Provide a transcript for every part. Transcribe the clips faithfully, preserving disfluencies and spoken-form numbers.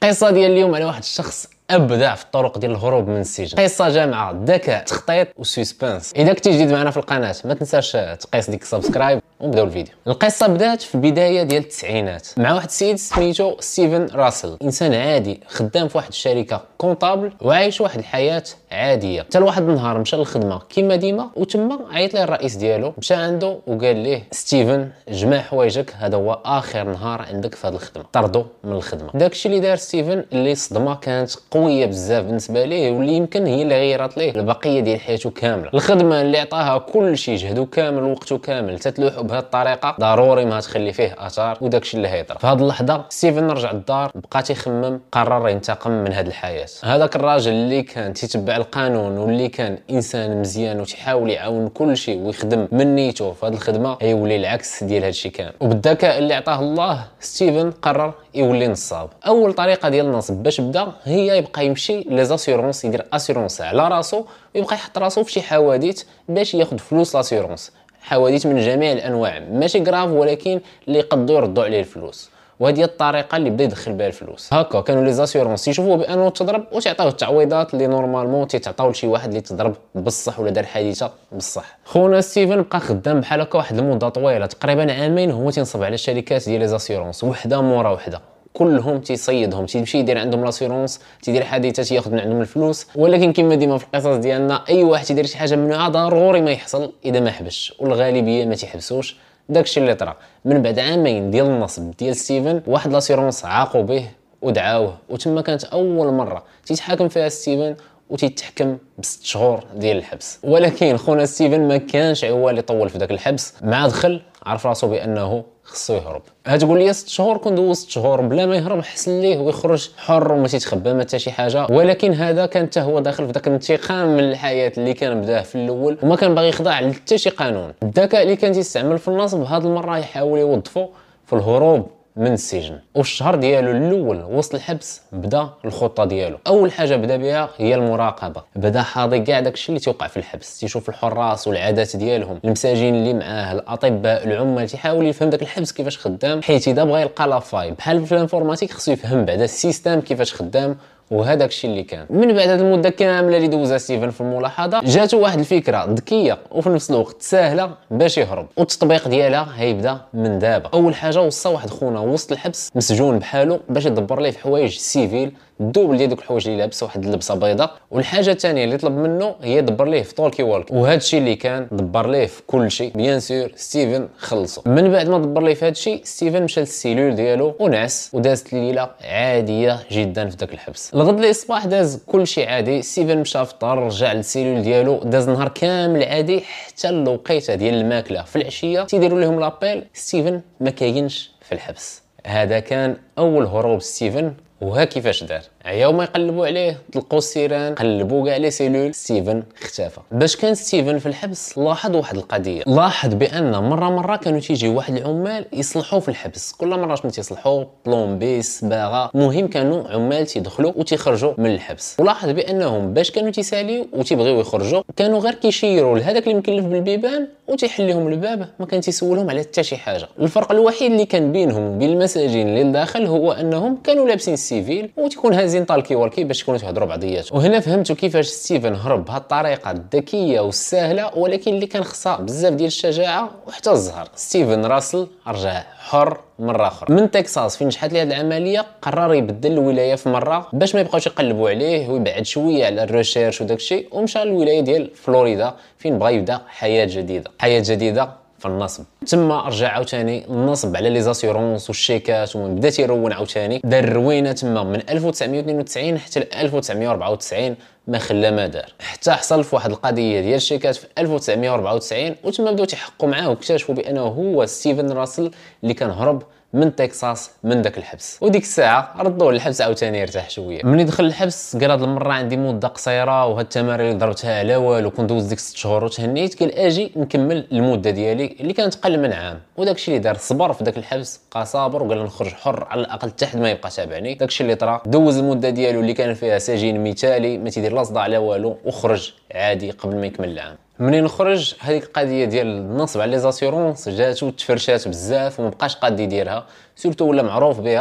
القصه ديال اليوم على واحد الشخص ابدع في الطرق ديال الهروب من السجن. قصه جامعه ذكاء، تخطيط وسسبانس. اذا كنتي جديد معنا في القناه ما تنساش تقيس ديك السبسكرايب ونبداو الفيديو. القصه بدات في البدايه ديال التسعينات مع واحد السيد سميتو ستيفن راسل، انسان عادي خدام في واحد الشركه كونطابل وعايش واحد الحياه عاديه، حتى لواحد النهار مشى للخدمه كما ديما، وتما عيط ليه الرئيس ديالو، مشى عنده وقال ليه ستيفن جمع حوايجك، هذا هو اخر نهار عندك في هذه الخدمه، طردوا من الخدمه. داكشي اللي دار ستيفن اللي الصدمه كانت قويه بزاف بالنسبه ليه، واللي يمكن هي اللي غيرت ليه البقيه ديال حياته كامله. الخدمه اللي عطاها كل شيء، جهده كامل وقته كامل، تتلوحوا بهذه الطريقه ضروري ما تخلي فيه اثار، وداكشي اللي هيطرا. في هذه اللحظه ستيفن رجع للدار، بقى تيخمم، قرر ينتقم من هذه الحياه. هذاك الراجل اللي كان تيتبع القانون واللي كان انسان مزيان وتحاول يعاون كل شيء ويخدم من نيته في هذه الخدمه، يولي العكس ديال هذا الشيء كامل. وبالذكاء اللي عطاه الله ستيفن قرر يولي نصاب. اول طريقه ديال النصب باش بدا هي يبقى يمشي لي زاسيورونس، يدير اسيرونس على راسو ويبقى يحط راسو في شي حوادث باش ياخذ فلوس لاسيرونس، حوادث من جميع الانواع ماشي غراف ولكن اللي يقدروا يردوا عليه الفلوس. وهذه الطريقه اللي بدا يدخل بها الفلوس. هكا كانوا لي زاسيورونس يشوفوا بانه تضرب وتعطيوه التعويضات اللي نورمالمون تيتعطاو لشي واحد اللي تضرب بصح ولا دار حادثه بصح. خونا ستيفن بقى خدام بحال هكا واحد المده طويله، تقريبا عامين هو تينصب على الشركات ديال لي زاسيورونس، وحده مورا وحده، كلهم تيصيدهم، تيمشي يدير عندهم لاسيرونس، تيدير حادثه تياخذ من عندهم الفلوس. ولكن كما ديما في القصص ديالنا اي واحد تيدير شي حاجه ممنوعه ضروري ما يحصل اذا ما حبسش، والغالبيه ما تيحبسوش. داكشي اللي طرا. من بعد عامين ديال النصب ديال ستيفن، واحد لاسيرونس عاقوا به ودعاوه، وتما كانت اول مره تيتحاكم فيها ستيفن وتيتحكم بست شهور ديال الحبس. ولكن خونا ستيفن ما كانش عوال يطول في داك الحبس، مع دخل عرف راسو بانه خصو يهرب. هتقول لي ست شهور، كون دوز ست شهور بلا ما يهرب حسن ليه ويخرج حر وما تيتخبى ما حتى شي حاجه. ولكن هذا كان حتى هو داخل في داك الانتقام من الحياه اللي كان بداه في الاول، وما كان باغي يخضع لحتى شي قانون. الذكاء اللي كان تيستعمل في النصب هذه المره يحاول يوظفه في الهروب من السجن. والشهر ديالو الاول وسط الحبس بدا الخطه ديالو. اول حاجه بدا بها هي المراقبه، بدا حاضي كاع داكشي اللي توقع في الحبس، تيشوف الحراس والعادات ديالهم، المساجين اللي معاه، الاطباء، العمال، تيحاول يفهم داك الحبس كيفاش خدام، حيت اذا بغى يلقى لافاي بحال في الانفورماتيك خصو يفهم بعدا السيستم كيفاش خدام. وهذاك الشيء اللي كان. من بعد هذه المده كامله اللي دوزها ستيفن في الملاحظه، جاتو واحد الفكره ذكيه وفي نفس الوقت سهله باش يهرب، والتطبيق ديالها هيبدا من دابا. اول حاجه وصى واحد خونا وسط الحبس مسجون بحاله باش يدبر ليه في حوايج سيفيل، الدوبل ديال دوك الحوايج اللي لابس، واحد اللبسه بيضاء. والحاجه الثانيه اللي طلب منه هي دبر ليه في طولكي والك، وهذا الشيء اللي كان دبر ليه في كل شيء. بيان سور ستيفن خلصو. من بعد ما دبر ليه في هذا الشيء، ستيفن مشى للسيلول ديالو ونعس، ودازت الليله عاديه جدا في ذاك الحبس. الغد الصباح داز كل شيء عادي، ستيفن مشى فطر، رجع للسيلول ديالو، داز نهار كامل عادي حتى الوقيته ديال الماكله في العشيه تيديروا لهم لابيل، ستيفن ما كاينش في الحبس. هذا كان اول هروب ستيفن، وها كيفاش دار. عياو ما يقلبوا عليه، طلقوا السيران، قلبوا كاع لي سيلول، ستيفن اختفى. باش كان ستيفن في الحبس لاحظ واحد القضيه، لاحظ بان مره مره كانوا تيجي واحد العمال يصلحوا في الحبس، كل مره شنو تيصلحوا، بلومبيس، باغا، المهم كانوا عمال تيدخلوا وتيخرجوا من الحبس. ولاحظ بانهم باش كانوا تيساليو وتيبغيو يخرجوا كانوا غير كيشيروا لهذاك اللي مكلف بالبيبان وتيحل لهم الباب، ما كان تيسولهم على حتى شي حاجه. الفرق الوحيد اللي كان بينهم وبين المساجين اللي لداخل هو انهم كانوا لابسين السيفيل وتيكون هازين طالكي والكي باش تكونوا تهضروا بعضياتكم. وهنا فهمتوا كيفاش ستيفن هرب بهذه الطريقه الذكيه والسهله، ولكن اللي كان خصها بزاف ديال الشجاعه وحتى الزهر. ستيفن راسل رجع حر مره اخرى من تكساس فين نجحت ليه هذه العمليه. قرر يبدل الولايه في مره باش ما يبقاوش يقلبوا عليه ويبعد شويه على الريشيرش وداك الشيء، ومشى للولايه ديال فلوريدا فين بغى يبدا حياه جديده، حياه جديده في النصب. تما رجع عاوتاني النصب على لي زاسيورونس والشيكات، ومن بدا تيرون عاوتاني دار الروينه تما من ألف وتسعمائة واثنين وتسعين حتى ل ألف وتسعمائة وأربعة وتسعين، ما خلى ما دار، حتى حصل في واحد القضيه ديال الشيكات في ألف وتسعمائة وأربعة وتسعين، وتما بداو تيحققوا معاه واكتشفوا بانه هو ستيفن راسل اللي كان هرب من تكساس من داك الحبس. وديك الساعه ردوه للحبس عاوتاني يرتاح شويه. ملي دخل الحبس قال هاد المره عندي مده قصيره وهاد التمارين اللي ضربتها على والو، كنت دوز ديك ست شهور وتهنيت، قال اجي نكمل المده ديالي اللي كانت قل من عام. وداك الشيء اللي دار صبر في داك الحبس، بقى صابر وقال نخرج حر على الاقل حتى حد ما يبقى تابعني. داك الشيء اللي طرا، دوز المده ديالو اللي كان فيها سجين مثالي ما تيدير لا صداع لا والو، وخرج عادي قبل ما يكمل العام. منين خرج هذيك القضيه ديال النصب على لي زاسيورونس جاتو تفرشات بزاف وما بقاش قاد يديرها، سورتو ولا معروف بها.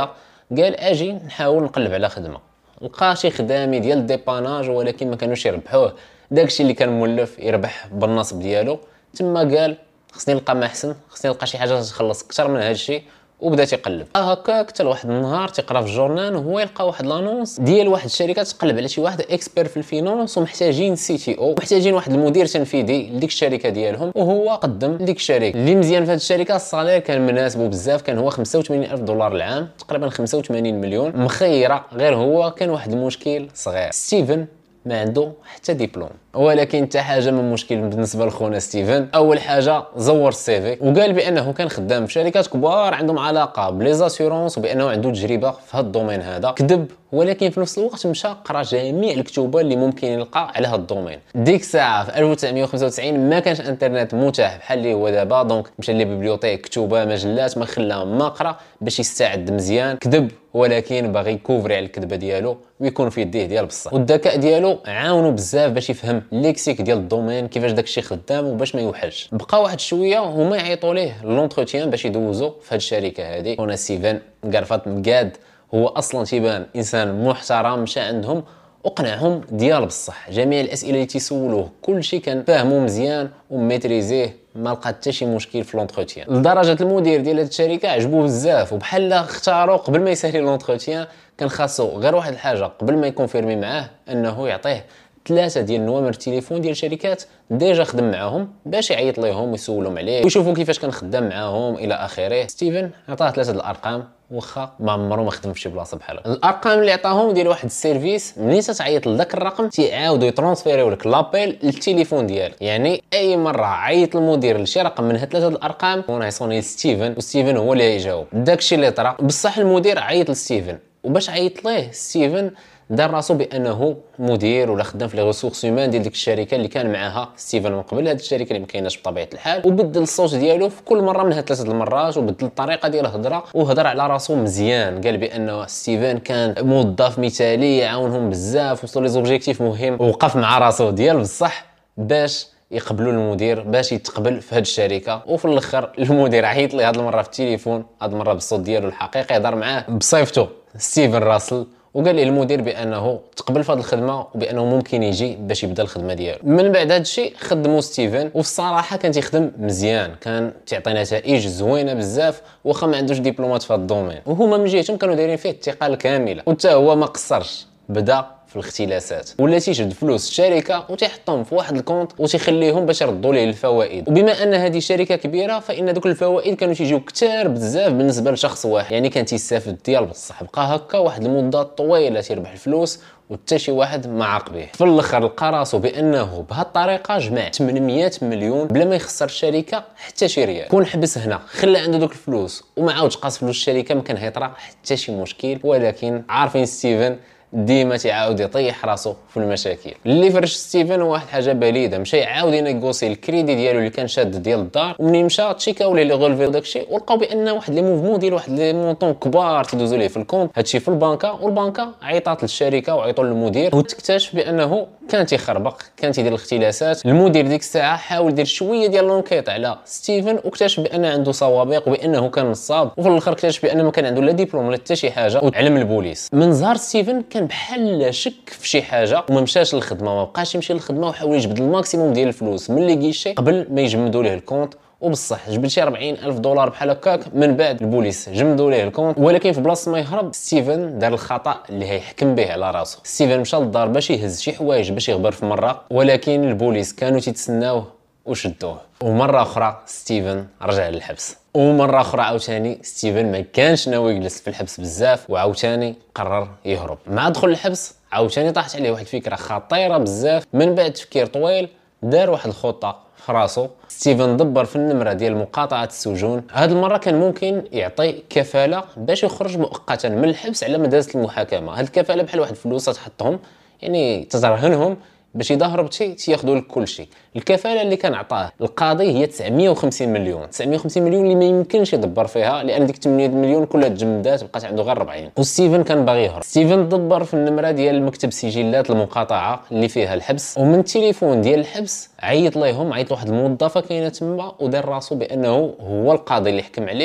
قال اجي نحاول نقلب على خدمه. لقى شي خدامي ديال الديباناج ولكن ما كانوش يربحوه، داكشي اللي كان مولف يربح بالنصب ديالو. تما قال خصني نلقى ما احسن، خصني نلقى شي حاجه تخلص اكثر من هادشي، وبدا تيقلب هكاك حتى لواحد النهار تيقرا في الجورنال وهو يلقى واحد لانونس ديال واحد الشركه تقلب على شي واحد اكسبير في الفينانس ومحتاجين سي تي او، محتاجين واحد المدير تنفيذي لديك الشركه ديالهم. وهو قدم لديك الشركه اللي مزيان في هذه الشركه، الصالير كان مناسبه بزاف، كان هو خمسة وثمانين ألف دولار العام، تقريبا خمسة وثمانين مليون مخيره. غير هو كان واحد المشكل صغير، ستيفن ما عنده حتى ديبلوم. ولكن حتى حاجه من مشكل بالنسبه لخونا ستيفن. اول حاجه زور السيفي وقال بانه كان خدام في شركات كبار عندهم علاقه بليزاسيورونس وبانه عنده تجربه في هذا الدومين هذا. كذب، ولكن في نفس الوقت مشى قرا جميع الكتب اللي ممكن يلقى على هذا الدومين. ديك الساعه في ألف وتسعمائة وخمسة وتسعين ما كانش انترنت متاح بحال اللي هو دابا، دونك مشى للبيبليوتيك كتبه مجلات ما خلى ما قرا باش يستعد مزيان. كذب، ولكن باغي يكوفري على الكذبه ديالو ويكون في يديه ديال بصح. والذكاء ديالو عاونو بزاف باش يفهم الليكسيك ديال الدومين، كيفاش داكشي خدام وباش ما يوحلش. بقى واحد شويه هما يعيطوا ليه لونتروتيان باش يدوزو في هاد الشركه هادي. خونا ستيفن قرفات مقاد، هو اصلا تيبان انسان محترم، مشى عندهم وقنعهم ديال بصح. جميع الاسئله اللي تيسولوه كلشي كان فاهمو مزيان وميتريزيه، ما لقى حتى شي مشكل في لونتروتيان. لدرجه المدير ديال هاد الشركه عجبوه بزاف، وبحال اختاروا قبل ما يسالي لونتروتيان كان خاصو غير واحد الحاجه قبل ما يكونفيرمي معاه، انه يعطيه ثلاثه ديال نوامر التليفون ديال شركات ديجا خدم معاهم باش يعيط ليهم ويسولهم عليه ويشوفوا كيفاش كان خدام معاهم الى اخره. ستيفن عطاه ثلاثه الارقام واخا ما عمره ما خدم في شي بلاصه بحال هكا. الارقام اللي عطاهم ديال واحد السيرفيس، ملي تعيط لذاك الرقم تيعاودوا يترونسفيريو لك لابيل للتليفون ديالك. يعني اي مره عيط المدير لشي رقم من هاد ثلاثه الارقام هنا يصوني لستيفن وستيفن هو اللي يجاوب. داكشي اللي طرا بصح. المدير عيط لستيفن وباش عيط ليه ستيفن دار راسو بانه مدير ولا خدام في لي ريسورس هيومان ديال ديك الشركه اللي كان معاها ستيفن من قبل، هذه الشركه اللي ما كايناش بطبيعه الحال. وبدل الصوت ديالو في كل مره من هاد ثلاثه المرات، وبدل الطريقه ديال الهضره وهضر على راسو مزيان. قال بانه ستيفن كان موظف مثالي يعاونهم بزاف، وصلوا لي زوبجيكتيف مهم، ووقف مع راسو ديال بصح باش يقبلوا المدير باش يتقبل في هذه الشركه. وفي الاخر المدير عيط ليه هذه المره في التليفون، هذه المره بالصوت ديالو الحقيقي، هضر معاه بصيفته ستيفن راسل، وقال لي المدير بانه تقبل في هذه الخدمه وبانه ممكن يجي باش يبدا الخدمه ديالو. من بعد هذا الشيء خدموا ستيفن، وفي الصراحه كان تيخدم مزيان، كان تعطي نتائج زوينه بزاف واخا ما عندوش دبلومات في هذا الدومين. وهما من جهتهم كانوا دايرين فيه الثقه الكامله، وحتى هو ما قصرش، بدا في الاختلاسات ولا تيشد فلوس الشركه وتيحطهم في واحد الكونت وتيخليهم باش يردوا ليه الفوائد. وبما ان هذه شركه كبيره فان دوك الفوائد كانوا تيجيو كثار بزاف بالنسبه لشخص واحد، يعني كان تيستافد ديال بصح. بقى هكا واحد المده طويله تيربح الفلوس وحتى شي واحد ما عاق به. في الاخر لقى راسو بانه بهذه الطريقه جمع ثمانمائة مليون بلا ما يخسر الشركه حتى شي ريال. كون حبس هنا خلى عنده دوك الفلوس وما عاودش قاص فلوس الشركه ما كان هيطرا حتى شي مشكل. ولكن عارفين ستيفن ديما تيعاود يطيح راسو في المشاكل. اللي فرش ستيفن هو واحد الحاجه بليده، مشى يعاود ينيغوسي الكريدي ديالو اللي كان شاد ديال الدار، ومنين مشى تشيكاو ليه لي غولفي وداكشي ولقاو بان واحد لي موفمون ديال واحد لي مونطون كبار تيدوزو ليه في الكونت، هادشي في البنكه. والبنكه عيطات للشركه وعيطوا للمدير وتكتشف بانه كان تيخربق، كان تيدير الاختلاسات. المدير ديك الساعه حاول يدير شويه ديال لونكيت على ستيفن واكتشف بان عنده سوابق وبانه كان نصاب، وفي الاخر اكتشف بان ما كان عنده لا دبلوم ولا حتى شي حاجه وعلم البوليس. من زهر ستيفن كان بحال شك في شي حاجه وما مشاش للخدمه، ما بقاش يمشي للخدمه وحاول يجبد الماكسيموم ديال الفلوس من اللي كيشي قبل ما يجمدوا ليه الكونت. وبصح جبد شي أربعين ألف دولار بحال هكاك. من بعد البوليس جمدوا ليه الكونت، ولكن في بلاصه ما يهرب ستيفن دار الخطا اللي هيحكم به على راسه. ستيفن مشى للدار باش يهز شي حوايج باش يغبر في مره، ولكن البوليس كانوا تيتسناوه وشدوه. ومره اخرى ستيفن رجع للحبس، ومره اخرى عاوتاني ستيفن ما كانش ناوي يجلس في الحبس بزاف وعاوتاني قرر يهرب. مع دخول الحبس عاوتاني طاحت عليه واحد الفكره خطيره بزاف. من بعد تفكير طويل دار واحد الخطه في راسو. ستيفن دبر في النمره ديال مقاطعه السجون. هاد المره كان ممكن يعطي كفاله باش يخرج مؤقتا من الحبس على ما دازت المحاكمه. هاد الكفاله بحال واحد الفلوس تحطهم، يعني تزرهنهم باش اذا هربتي تياخذوا لك كل شيء. الكفاله اللي كان عطاه القاضي هي تسعمائة وخمسين مليون، تسعمائة وخمسين مليون اللي ما يمكنش يدبر فيها لان ديك ثمانمائة مليون كلها تجمدات بقات عنده غير أربعين. وستيفن كان باغي يهرب. ستيفن دبر في النمره ديال مكتب سجلات المقاطعه اللي فيها الحبس، ومن التليفون ديال الحبس عيط ليهم، عيط لواحد الموظفه كاينه تما ودار راسو بانه هو القاضي اللي حكم عليه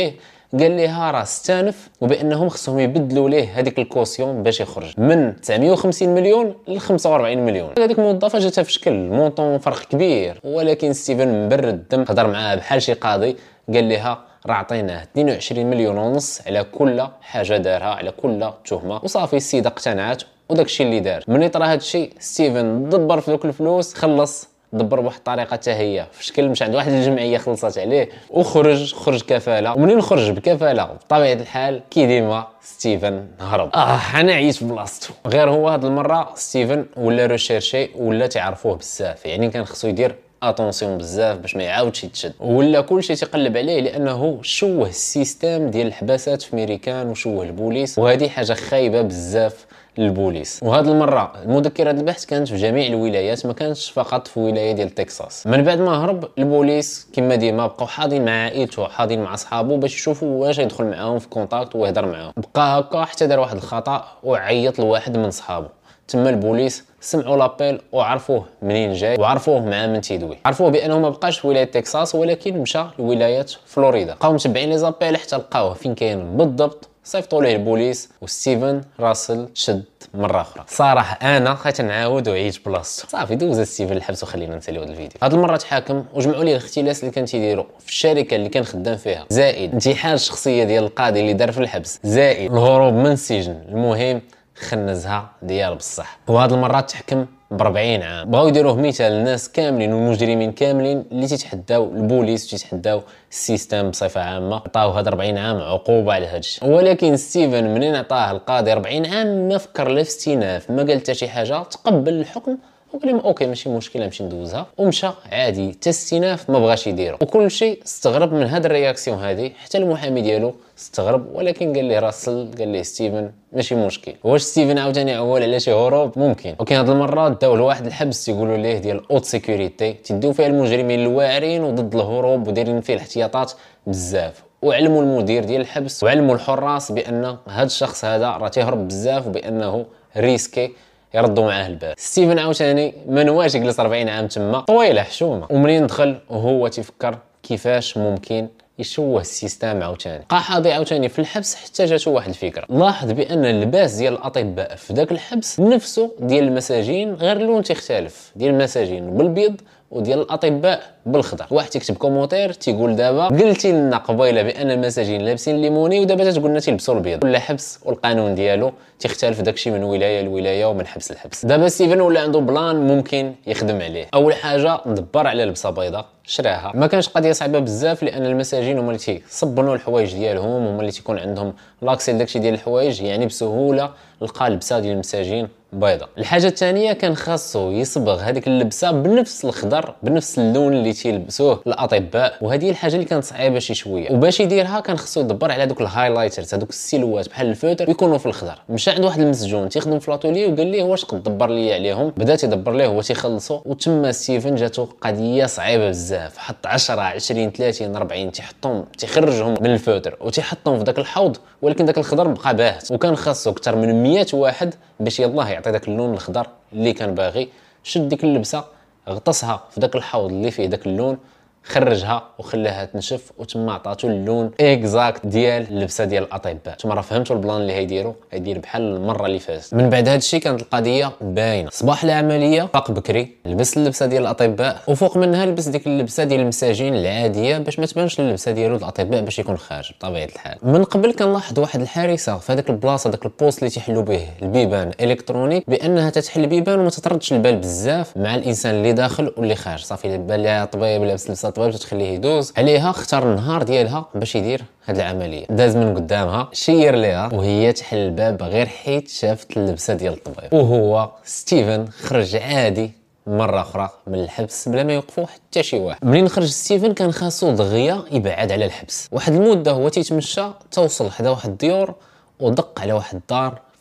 قال ليها راه استانف وبانهم خصهم يبدلوا ليه هذيك الكوسيون باش يخرج من تسعمية وخمسين مليون ل خمسة وأربعين مليون. هذيك الموظفه جاتها في شكل مونطون فرق كبير، ولكن ستيفن مبرد الدم هضر معاها بحال شي قاضي، قال لها راه عطيناه اثنين وعشرين مليون ونص على كل حاجه دارها، على كل تهمه، وصافي السيده اقتنعت وداك الشيء اللي دار. ملي طرا هذا الشيء ستيفن دبر في دوك الفلوس، خلص دبر بواحد الطريقه حتى هي في شكل مش عند واحد الجمعيه خلصت عليه وخرج خرج كفاله. ومنين خرج بكفاله بطبيعه الحال كي ديما ستيفن هرب. اه انا عييت في بلاصتو. غير هو هاد المره ستيفن ولا ريشيرشي ولا تعرفوه بزاف، يعني كان خصو يدير اتونسيون بزاف باش ما يعاودش يتشد، ولا كلشي تيقلب عليه لانه شوه السيستم ديال الحباسات في ميريكان وشوه البوليس، وهذه حاجه خايبه بزاف للبوليس. وهاد المره مذكرات البحث كانت في جميع الولايات، ما كانتش فقط في ولايه ديال تكساس. من بعد ما هرب البوليس كما ديما بقاو حاضين مع عائلته، حاضين مع اصحابه باش يشوفوا واش يدخل معاهم في كونتاكت ويهضر معاهم. بقى هكا حتى دار واحد الخطا وعيط لواحد من صحابه، تما البوليس سمعوا لابيل وعرفوه منين جاي وعرفوه مع من تيدوي. عرفوه بانه ما بقاش في ولايه تكساس ولكن مشى لولايه فلوريدا. بقاو متبعين لي زابيل حتى لقاوه فين كاين بالضبط، صيفطوا ليه البوليس وستيفن راسل شد مره اخرى. صراحه انا خايت نعاود وعيت بلاصتو. صافي دوز ستيفن الحبس وخلينا نساليو هذا الفيديو. هاد المره تحاكم وجمعوا ليه الاختلاس اللي كان تيديروا في الشركه اللي كان خدام فيها، زائد انتحال الشخصيه ديال القاضي اللي دار في الحبس، زائد الهروب من السجن. المهم خنزها ديال بصح. وهاد المره تحكم ب أربعين عام. بغاو يديروه مثال للناس كاملين والمجرمين كاملين اللي تيتحداو البوليس وتيتحداو السيستم بصفه عامه. عطاو هاد أربعين عام عقوبه على هادشي، ولكن ستيفن منين عطاه القاضي أربعين عام ما فكر لا في استئناف، ما قال حتى شي حاجه، تقبل الحكم وقال لهم اوكي ماشي مشكله نمشي ندوزها ومشى عادي. حتى استئناف ما بغاش يديرو، وكل شيء استغرب من هاد الرياكسيون هادي. حتى المحامي ديالو استغرب، ولكن قال ليه راسل، قال ليه ستيفن ماشي مشكل. واش ستيفن عاوتاني عول على شي هروب؟ ممكن. ولكن هاد المره داو لواحد الحبس تيقولوا ليه ديال اوت سيكوريتي، تيديو فيه المجرمين الواعرين وضد الهروب ودايرين فيه الاحتياطات بزاف. وعلموا المدير ديال الحبس وعلموا الحراس بان هاد الشخص هذا راه تيهرب بزاف وبانه ريسكي يردوا معاه البال. ستيفن عاوتاني ما نواش يجلس أربعين عام تما، طويله حشومه. ومنين دخل وهو تيفكر كيفاش ممكن يشوه السيستم عاوتاني. بقى حاضي عاوتاني في الحبس حتى جاتو واحد الفكره. لاحظ بان اللباس ديال الاطباء في ذاك الحبس نفسه ديال المساجين، غير اللون تيختلف، ديال المساجين بالبيض وديال الاطباء بالخضر. واحد تيكتب كومونتير تيقول دابا قلتي لنا قبيله بان المساجين لابسين الليموني ودابا تتقول لنا تيلبسوا البيض. كل حبس والقانون ديالو تيختلف داكشي من ولايه لولايه ومن حبس لحبس. دابا ستيفن ولا عنده بلان ممكن يخدم عليه. اول حاجه ندبر على لبسه بيضاء شراها. ما كانش قضيه صعيبه بزاف لان المساجين هما اللي تيصبنوا الحوايج ديالهم، هما اللي تيكون عندهم لاكسي لداكشي ديال الحوايج، يعني بسهوله لقى لبسه ديال المساجين بيضاء. الحاجه الثانيه كان خاصو يصبغ هذيك اللبسه بنفس الخضر بنفس اللون اللي تيلبسوه الاطباء، وهذه الحاجه اللي كانت صعيبه شي شويه. وباش يديرها كان خاصو يدبر على دوك الهايلايترز، هذوك السيلوات بحال الفوتر يكونوا في الخضر. مشى عند واحد المسجون تيخدم في لاتولي وقال ليه واش تقدر تدبر لي عليهم. بدا تيدبر ليه هو تيخلصو. وتما ستيفن جاتو قضيه صعيبه بزاف، حط عشرة عشرين ثلاثين أربعين تيحطهم تيخرجهم من الفوتر وتيحطهم في داك الحوض، ولكن داك الخضر بقى باهت. وكان خاصو اكثر من مية واحد باش يلاه يعطي داك اللون الخضر اللي كان باغي. شد ديك اللبسه غطسها في داك الحوض اللي فيه داك اللون، خرجها وخلاها تنشف، وتما عطاتو اللون اكزاكت ديال اللبسه ديال الاطباء. تما راه فهمتوا البلان اللي هيديرو هيدير بحال المره اللي فاتت. من بعد هذا الشيء كانت القضيه باينه. صباح العمليه فاق بكري، لبس اللبسه ديال الاطباء وفوق منها لبس ديك اللبسه ديال المساجين العاديه باش ما تبانش اللبسه ديالو الاطباء باش يكون خارج بطبيعه الحال. من قبل كنلاحظ واحد الحارسه في هذاك البلاصه، داك البوست اللي تيحلوا به البيبان الكترونيك، بانها تتحل البيبان وما تتردش البال بزاف مع الانسان اللي داخل واللي خارج. صافي بان لها طبيب لابس لبسه طبيب تخليه يدوز عليها. اختار النهار ديالها باش يدير هاد العمليه. داز من قدامها شير ليها وهي تحل الباب غير حيت شافت اللبسه ديال الطبيب. وهو ستيفن خرج عادي مره اخرى من الحبس بلا ما يوقفوا حتى شي واحد. منين خرج ستيفن كان خاصو دغيا يبعد على الحبس. واحد المده هو تيتمشى توصل حدا واحد الديور ودق على واحد الدار في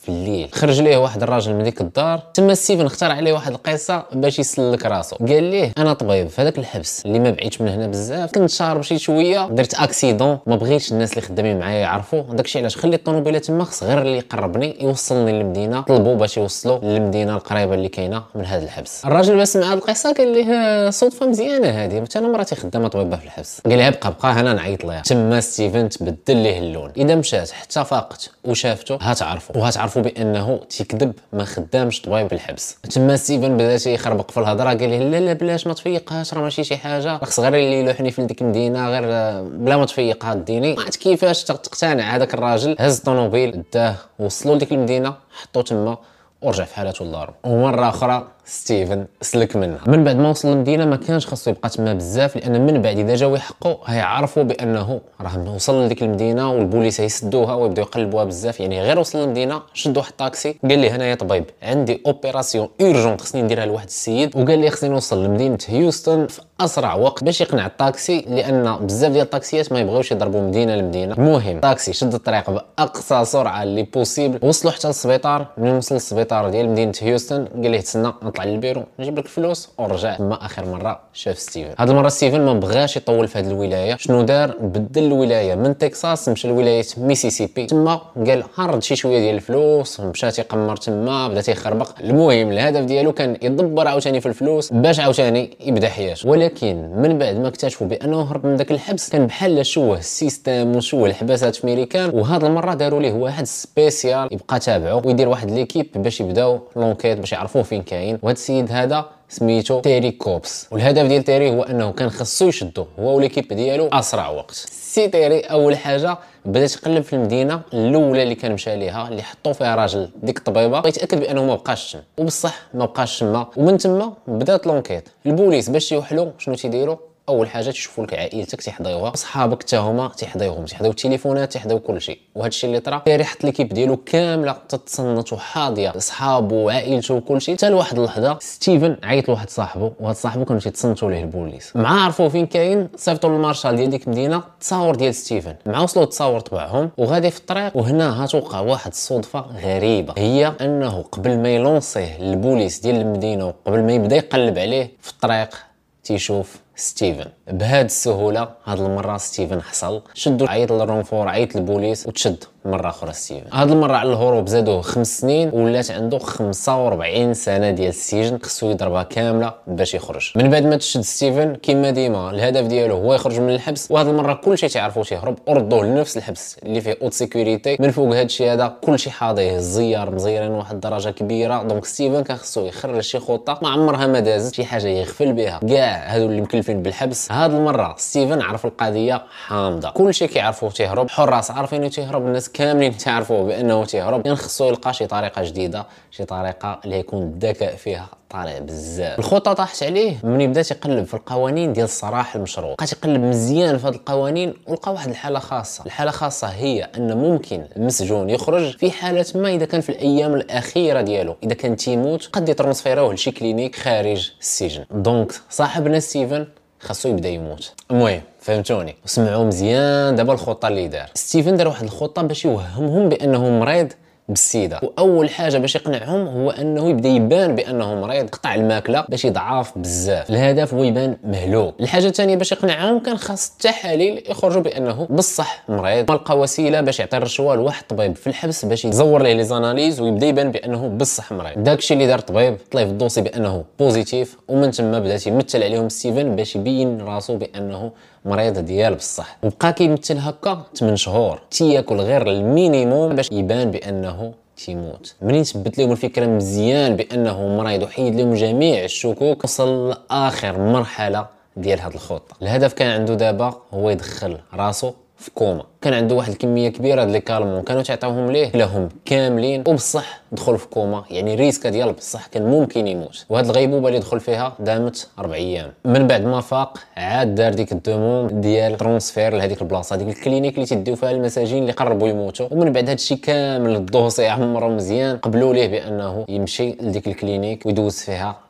في الليل. خرج ليه واحد الراجل من ديك الدار، تما ستيفن اخترع عليه واحد القصه باش يسلك راسو. قال ليه انا طبيب في هذاك الحبس اللي ما بعيدش من هنا بزاف، كنت شارب شي شويه، درت اكسيدون، ما بغيتش الناس اللي خدامين معايا يعرفوا، داكشي علاش خليت الطوموبيله تما، خص غير اللي يقربني يوصلني للمدينه. طلبوا باش يوصلوا للمدينه القريبه اللي كاينه من هذا الحبس. الراجل باش سمع هذه القصه قال ليه صدفه مزيانه هذه، حتى انا مراتي خدامه طبيبه في الحبس. قال لها بقى بقى هنا نعيط لها. تما ستيفن تبدل ليه اللون. اذا مشات حتى فاقت وشافته هتعرفوا وهتعرفوا بانه تيكذب، ما خدامش طبيب في الحبس. تما ستيفن بدا يخربق في الهضره، قال ليه لا لا بلاش ما تفيقهاش، راه ماشي شي حاجه، خص غير اللي يلوحني في ديك المدينه، غير بلا ما تفيقها ديني. ما عرفت كيفاش تقتنع هذاك الراجل. هز الطوموبيل داه، وصلوا لديك المدينه، حطوه تما ورجع في حالته لدارو. ومره اخرى ستيفن سلك منها. من بعد ما وصل للمدينه ما كانش خاصو يبقى تما بزاف، لان من بعد اذا جاو يحقوا هيعرفوا بانه راه وصل لديك المدينه والبوليس هيسدوها ويبداو يقلبوها بزاف. يعني غير وصل للمدينه شد واحد الطاكسي، قال لي هنايا طبيب عندي اوبيراسيون اورجونت خصني نديرها لواحد السيد، وقال لي خصني نوصل لمدينه هيوستن في اسرع وقت باش يقنع الطاكسي، لان بزاف ديال الطاكسيات ما يبغيوش يضربوا مدينه لمدينه. المهم الطاكسي شد الطريق باقصى سرعه اللي بوسيبل، وصلوا حتى للسبيطار. من وصل للسبيطار ديال مدينه هيوستن قال ليه تسنى نطلع للبيرو نجيب لك الفلوس، ورجع. تما اخر مره شاف ستيفن. هاد المره ستيفن ما بغاش يطول في هاد الولايه. شنو دار؟ بدل الولايه من تكساس مشى لولايه ميسيسيبي. تما قال هرد شي شويه ديال الفلوس ومشى تيقمر تما، بدا تيخربق. المهم الهدف ديالو كان يدبر عاوتاني في الفلوس باش عاوتاني يبدا حياته. ولكن من بعد ما اكتشفوا بانه هرب من داك الحبس، كان بحال شوه السيستم وشوه الحباسات في ميريكان، وهاد المره داروا ليه واحد سبيسيال يبقى تابعه ويدير واحد ليكيب باش يبداو لونكيت باش يعرفوه فين كاين. وهاد السيد هذا سميتو تيري كوبس. والهدف ديال تيري هو انه كان خصو يشدو هو وليكيب ديالو اسرع وقت. سي تيري اول حاجه بدا يقلب في المدينه الاولى اللي كان مشى ليها، اللي حطوا فيها راجل ديك الطبيبه، يتاكد بانه ما بقاش تما، وبصح ما بقاش تما. ومن تما بدات لونكيت. البوليس باش يوحلوا شنو تيديروا؟ اول حاجه تشوفوا لك عائلتك تيحضيوها، صحابك حتى هما تيحضيوهم، تيحضيو التليفونات، تيحضيو كلشي. وهذا الشيء اللي طرا تيري حط ليكيب ديالو كامله تتصنت وحاضيه، صحابو وعائلته وكلشي. حتى لواحد اللحظه ستيفن عيط لواحد صاحبه، وهاد صاحبه كانوا تيتصنتوا ليه البوليس. مع عرفوا فين كاين صيفطوا للمارشال ديال ديك المدينه تصاور ديال ستيفن. مع وصلوا التصاور تبعهم وغادي في الطريق، وهنا هتوقع واحد الصدفه غريبه، هي انه قبل ما يلونسيه البوليس ديال المدينه وقبل ما يبدا يقلب عليه في الطريق تيشوف ستيفن. بهاد السهوله هاد المره ستيفن حصل. شدوا عيط للرونفور، عيط للبوليس، وتشد مره اخرى ستيفن. هاد المره على الهروب زادوه خمس سنين، ولات عنده خمسة وأربعين سنه ديال السجن خصو يضربها كامله باش يخرج. من بعد ما تشد ستيفن كما ديما الهدف ديالو هو يخرج من الحبس، وهاد المره كلشي تيعرفوا تيهرب، وردوه لنفس الحبس اللي فيه اوت سيكوريتي. من فوق هادشي هذا كلشي حاضيه، الزيار مزيرين واحد الدرجه كبيره. دونك ستيفن كان خصو يخرج شي خطه ما عمرها ما دازت، شي حاجه يغفل بها كاع هادو اللي مكلفين بالحبس. هاد المره ستيفن عرف القضيه حامضه، كلشي كيعرفوه تيهرب، حراس عارفينه تيهرب، الناس كاملين تعرفوه بانه تيهرب. كان خصو يلقى شي طريقه جديده، شي طريقه اللي يكون الذكاء فيها طالع بزاف. الخطه طاحت عليه من بدا تيقلب في القوانين ديال السراح المشروط. بقى تيقلب مزيان في هاد القوانين، ولقى واحد الحاله خاصه. الحاله خاصه هي ان ممكن المسجون يخرج في حاله ما اذا كان في الايام الاخيره ديالو، اذا كان تيموت قد يترونسفيروه لشي كلينيك خارج السجن. دونك صاحبنا ستيفن خاصو يبدا يموت. المهم فهمتوني وسمعوا مزيان دابا الخطه اللي دار ستيفن. دار واحد الخطه باش يوهمهم بانه مريض بالسيده. واول حاجه باش يقنعهم هو انه يبدا يبان بانه مريض، قطع الماكله باش يضعف بزاف. الهدف هو يبان مهلوك. الحاجه الثانيه باش يقنعهم كان خاص التحاليل يخرجوا بانه بصح مريض. ما لقى وسيله باش يعطي الرشوه لواحد الطبيب في الحبس باش يزور ليه لي زاناليز ويبدا يبان بانه بصح مريض. داكشي اللي دار الطبيب، طلع في الدوسي بانه بوزيتيف، ومن تما بدا يمثل عليهم ستيفن باش يبين راسو بانه مريض ديال بصح. وبقى كيمثل هكا ثمانية شهور، تياكل غير المينيموم باش يبان بانه تيموت. منين ثبت لهم الفكره مزيان بانه مريض وحيد لهم جميع الشكوك، وصل لاخر مرحله ديال هذه الخطه. الهدف كان عنده دابا هو يدخل راسو في كوما. كان عنده واحد الكميه كبيره ديال الكالمون كانوا تعطيوهم ليه لهم كاملين، وبصح دخل في كوما. يعني ريسكا ديال بصح كان ممكن يموت. وهاد الغيبوبه اللي دخل فيها دامت أربع ايام. من بعد ما فاق عاد دار ديك الدوموند ديال ترونسفير لهذيك البلاصه، ديك الكلينيك اللي تديو فيها المساجين اللي قربوا يموتوا. ومن بعد هادشي كامل الدوسي عمرو مزيان، قبلوا ليه بانه يمشي لديك الكلينيك ويدوز فيها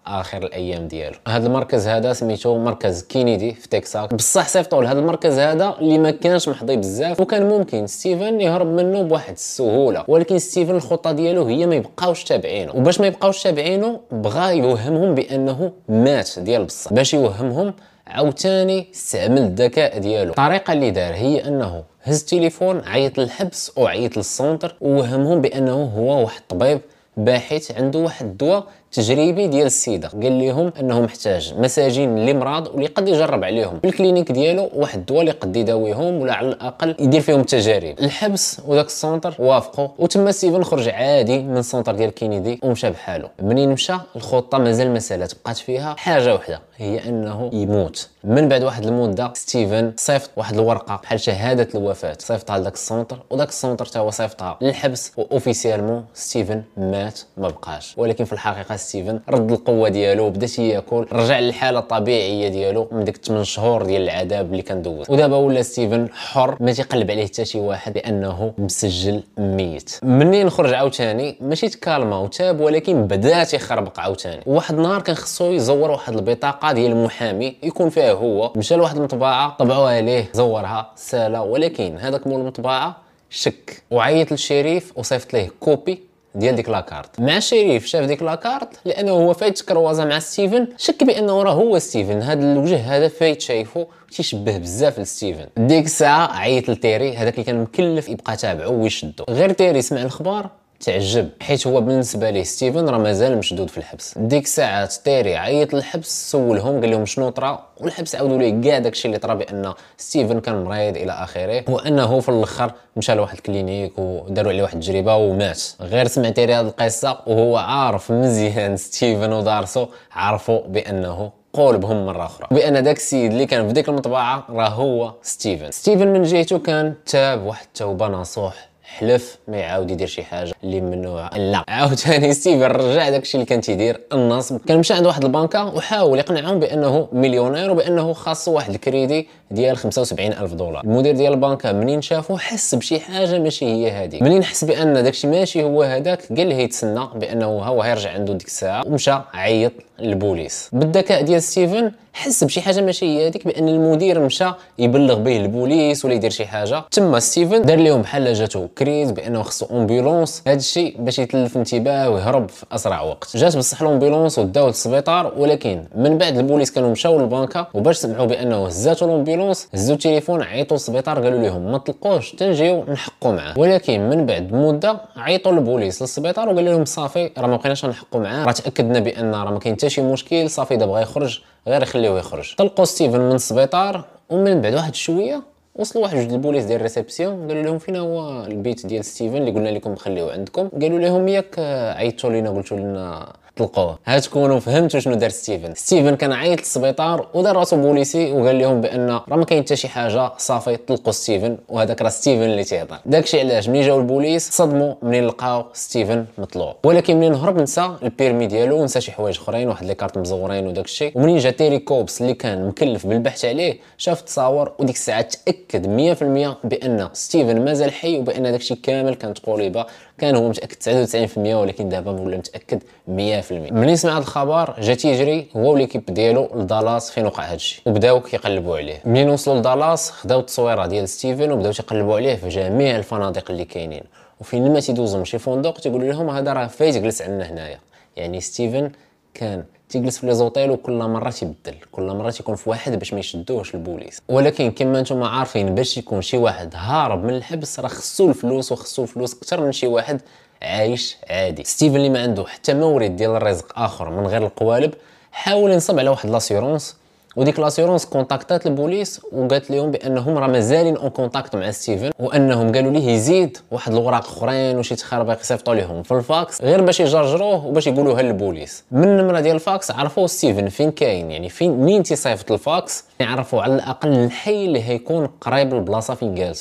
اخر الايام ديالو. هذا المركز هذا سميتو مركز كينيدي في تكساس. بصح صيفطوا لهذا المركز هذا اللي ما كانش محظي بزاف، وكان ممكن ستيفن يهرب منه بواحد السهوله، ولكن ستيفن الخطه ديالو هي ما يبقاوش تابعينه، وباش ما يبقاوش تابعينه بغى يوهمهم بانه مات ديال بصح. باش يوهمهم عاوتاني استعمل الذكاء ديالو. الطريقه اللي دار هي انه هز التليفون، عيط للحبس وعيط للسونتر، ووهمهم بانه هو واحد الطبيب باحث عنده واحد الدواء تجريبي ديال السيده. قال لهم انه محتاج مساجين اللي مرض واللي قد يجرب عليهم في الكلينيك ديالو واحد الدواء اللي قد يداويهم ولا على الاقل يدير فيهم التجارب. الحبس وداك السونتر وافقوا، وتما ستيفن خرج عادي من السونتر ديال كينيدي ومشى بحاله. منين مشى الخطه مازال مساله بقات فيها حاجه وحده، هي انه يموت. من بعد واحد المده ستيفن صيفط واحد الورقه بحال شهاده الوفاه، صيفطها لذاك السونتر، وداك السونتر تا هو صيفطها للحبس، واوفيسيالمون ستيفن مات ما بقاش. ولكن في الحقيقه ستيفن رد القوه ديالو، بدا تياكل، رجع للحاله الطبيعيه ديالو من ديك ثمانية شهور ديال العذاب اللي كان دوز. ودابا ولا ستيفن حر، ما تيقلب عليه حتى شي واحد بانه مسجل ميت. منين خرج عاوتاني ماشي تكالما وتاب، ولكن بدا تيخربق عاوتاني. واحد النهار كان خصو يزور واحد البطاقه ديال المحامي يكون فيها هو، مشى لواحد المطبعه طبعوها ليه، زورها سالا، ولكن هذاك مول المطبعه شك، وعيط للشريف وصيفط ليه كوبي ديال ديك لاكارت. مع الشريف شاف ديك لاكارت لانه هو فايت كروازا مع ستيفن، شك بانه راه هو ستيفن. هذا الوجه هذا فايت شايفه تيشبه بزاف لستيفن. ديك الساعه عيط لتيري، هذاك اللي كان مكلف يبقى تابعه ويشدو. غير تيري سمع الخبار تعجب، حيت هو بالنسبه ليه ستيفن راه مازال مشدود في الحبس. ديك الساعات تيري عيط للحبس، سولهم قال لهم شنو طرا، والحبس عاودوا ليه كاع داكشي اللي طرا، بان ستيفن كان مريض الى اخره، وانه في الاخر مشى لواحد الكلينيك وداروا عليه واحد التجربه ومات. غير سمع تيري هذه القصه وهو عارف مزيان ستيفن ودارسو عرفوا بانه قولبهم مره اخرى، بان داك السيد اللي كان في ديك المطبعه راه هو ستيفن. ستيفن من جهته كان تاب واحد التوبه نصوح، حلف ما يعاود يدير شي حاجه اللي ممنوعه. لا عاوتاني ستيفن رجع داكشي اللي كان تيدير، النصب. كان مشى عند واحد البنكه وحاول يقنعهم بانه مليونير وبانه خاصو واحد الكريدي ديال خمسة وسبعين ألف دولار. المدير ديال البنكه منين شافو حس بشي حاجه ماشي هي هذه. منين حس بان داكشي ماشي هو هذاك، قال له يتسنى بانه هو هيرجع عنده ديك الساعه، ومشى عيط للبوليس. بالذكاء ديال ستيفن حس بشي حاجه ماشي هي هذيك، بان المدير مشى يبلغ به البوليس ولا يدير شي حاجه. تما ستيفن دار لهم بحال جاتو كريز بانه خصو امبيلونس، هذا الشيء باش يتلف انتباه ويهرب في اسرع وقت. جات بصح الامبيلونس وداو للسبيطار، ولكن من بعد البوليس كانوا مشاو للبنكه، وباش سمعوا بانه هزاتو الامبيلونس هزوا التليفون عيطوا للسبيطار، قالوا لهم ما تلقوش تنجيو نحقوا معاه. ولكن من بعد مده عيطوا للبوليس للسبيطار وقال لهم صافي راه ما بقيناش نحقوا معاه، راه تاكدنا بان راه ما كاين حتى شي مشكل، صافي اذا بغى يخرج غير خليوه يخرج. طلقوا ستيفن من السبيطار، ومن بعد واحد شويه وصلوا واحد جوج البوليس ديال الريسبسيون، قالوا لهم فين هو البيت ديال ستيفن اللي قلنا لكم خليوه عندكم. قالوا لهم ياك عيطوا لينا قلتوا لنا طلقوه. ها تكونوا فهمتوا شنو دار ستيفن. ستيفن كان عيط للسبيطار ودار راسو بوليسي وقال لهم بان راه ما كاين حتى شي حاجه، صافي طلقوا ستيفن، وهذاك راه ستيفن اللي تيهضر. داكشي علاش ملي جاو البوليس صدموا منين لقاو ستيفن مطلوع. ولكن منين هرب نسى البيرمي ديالو ونسى شي حوايج اخرين، واحد لي كارت مزورين وداكشي. ومنين جا تيري كوبس اللي كان مكلف بالبحث عليه شاف التصاور، وديك الساعه تاكد مية في المية بان ستيفن مازال حي، وبان داكشي كامل كانت قوليبه. كان هو متاكد تسعة وتسعين في المية، ولكن دابا ولا متاكد مية في المية. ملي سمع هذا الخبر جا تيجري هو وليكيب ديالو لدالاس فين وقع هادشي، وبداو كيقلبوا عليه. منين وصلوا لدالاس خداو التصويره ديال ستيفن وبداو تيقلبوا عليه في جميع الفنادق اللي كاينين، وفين ما تيدوزوا من شي فندق تيقولوا لهم هذا راه فايت جلس عندنا هنايا. يعني ستيفن كان تيجلس في لي زوطيل وكل مره تيبدل، كل مره تيكون في واحد باش ما يشدوهش البوليس. ولكن كما نتوما عارفين باش يكون شي واحد هارب من الحبس راه خصو الفلوس، وخصو الفلوس اكثر من شي واحد عايش عادي. ستيفن اللي ما عنده حتى مورد ديال الرزق اخر من غير القوالب حاول ينصب على واحد لاسيورونس، وديك لاسيورونس كونتاكتات البوليس وقالت لهم بانهم راه مازالين اون كونتاكت مع ستيفن، وانهم قالوا ليه يزيد واحد الوراق اخرين وشي تخربيق يصيفطوا لهم في الفاكس غير باش يجرجروه وباش يقولوها للبوليس. من النمره ديال الفاكس عرفوا ستيفن فين كاين، يعني فين مين تيصيفط الفاكس، يعرفوا على الاقل الحي اللي هيكون قريب للبلاصه فين جالس هو.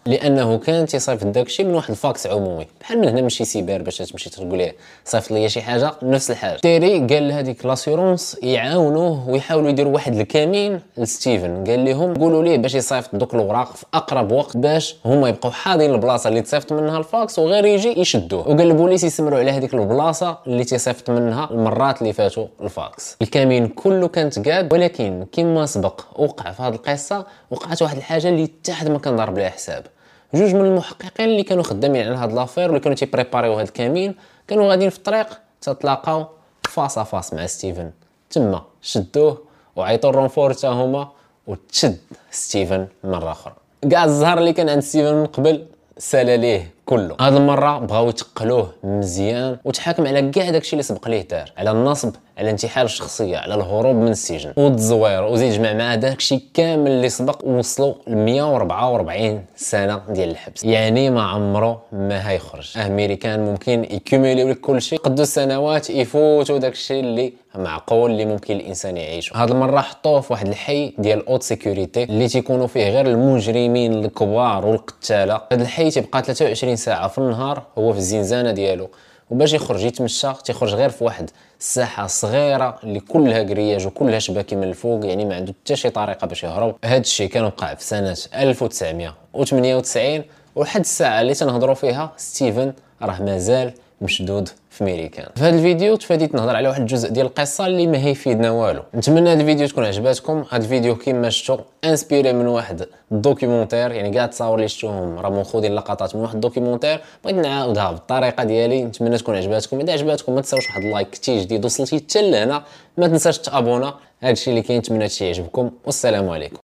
لانه كان تيصيفط داكشي من واحد الفاكس عمومي، بحال من هنا من شي سيبر باش تمشي تقول ليه صيفط لي شي حاجه نفس الحاجه. تيري قال لهذيك لاسيورونس يعاونوه ويحاولوا يديروا واحد الكمين لستيفن، قال لهم قولوا ليه باش يصيفط دوك الاوراق في اقرب وقت باش هما يبقاو حاضرين البلاصه اللي تصيفط منها الفاكس وغير يجي يشدوه. وقال البوليس يسمروا على هذيك البلاصه اللي تيصيفط منها المرات اللي فاتوا الفاكس. الكمين كله كانت قاد، ولكن كما سبق وقع في هذه القصه وقعت واحد الحاجه اللي حتى حد ما كان ضارب لها حساب. جوج من المحققين اللي كانوا خدامين على هاد لافير واللي كانوا تيبريباريو هاد الكمين كانوا غاديين في الطريق تتلاقاو فاس فاس مع ستيفن، تما شدوه وعيطوا الرونفور حتى هما وتشد ستيفن مره اخرى. كاع الزهر اللي كان عند ستيفن من قبل سال ليه كله. هاد المره بغاو يتقلوه مزيان وتحاكم على كاع داكشي اللي سبق ليه دار، على النصب، على انتحال الشخصيه، على الهروب من السجن والتزوير، وزيد جمع معاه داكشي كامل اللي سبق ووصلوا ل مية وأربعة وأربعين سنه ديال الحبس. يعني ما عمره ما هيخرج. امريكان ممكن يكوميليو لك كلشي قدو السنوات يفوتوا داكشي اللي معقول اللي ممكن الانسان يعيشه. هاد المره حطوه في واحد الحي ديال اوت سيكوريتي اللي تيكونوا فيه غير المجرمين الكبار والقتاله. هاد الحي تيبقى ثلاثة وعشرين ساعه في النهار هو في الزنزانه ديالو، وباش يخرج يتمشى تيخرج غير في واحد الساحه صغيره اللي كلها كرياج وكلها شباكي من الفوق، يعني ما عنده حتى شي طريقه باش يهرب. هاد الشيء كان وقع في سنه ألف وتسعمية وثمانية وتسعين، ولحد الساعه اللي تنهضروا فيها ستيفن راه مازال مشدود في ميريكان. في هذا الفيديو تفاديت نهضر على واحد الجزء ديال القصه اللي ما هيفيدنا والو. نتمنى هذا الفيديو تكون عجباتكم. هذا الفيديو كما شفتوا انسبيري من واحد الدوكيومونتير، يعني كاع التصاور اللي شفتوهم راه ماخذين لقطات من واحد الدوكيومونتير، بغيت نعاودها بالطريقه ديالي. نتمنى تكون عجباتكم. اذا عجباتكم ما تنساوش واحد اللايك كتي جديد وصلتي حتى لهنا، ما تنساش تابونا. هذا الشيء اللي كاين. نتمنى هادشي يعجبكم والسلام عليكم.